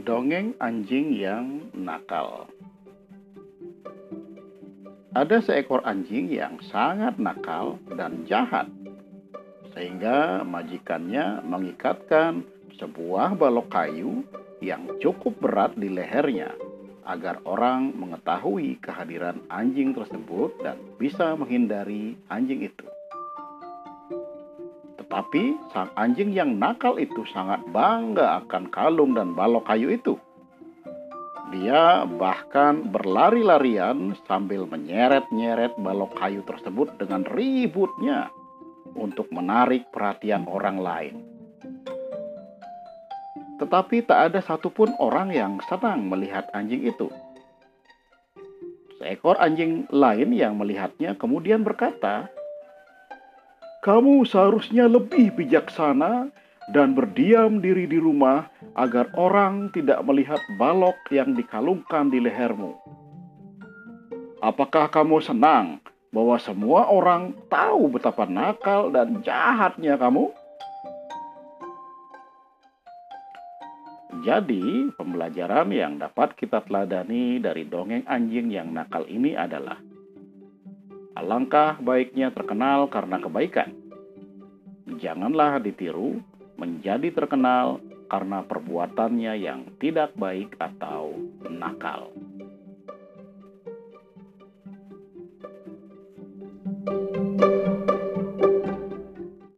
Dongeng anjing yang nakal. Ada seekor anjing yang sangat nakal dan jahat, sehingga majikannya mengikatkan sebuah balok kayu yang cukup berat di lehernya agar orang mengetahui kehadiran anjing tersebut dan bisa menghindari anjing itu. Tetapi sang anjing yang nakal itu sangat bangga akan kalung dan balok kayu itu. Dia bahkan berlari-larian sambil menyeret-nyeret balok kayu tersebut dengan ributnya untuk menarik perhatian orang lain. Tetapi tak ada satupun orang yang senang melihat anjing itu. Seekor anjing lain yang melihatnya kemudian berkata, "Kamu seharusnya lebih bijaksana dan berdiam diri di rumah agar orang tidak melihat balok yang dikalungkan di lehermu. Apakah kamu senang bahwa semua orang tahu betapa nakal dan jahatnya kamu?" Jadi, pembelajaran yang dapat kita teladani dari dongeng anjing yang nakal ini adalah alangkah baiknya terkenal karena kebaikan. Janganlah ditiru menjadi terkenal karena perbuatannya yang tidak baik atau nakal.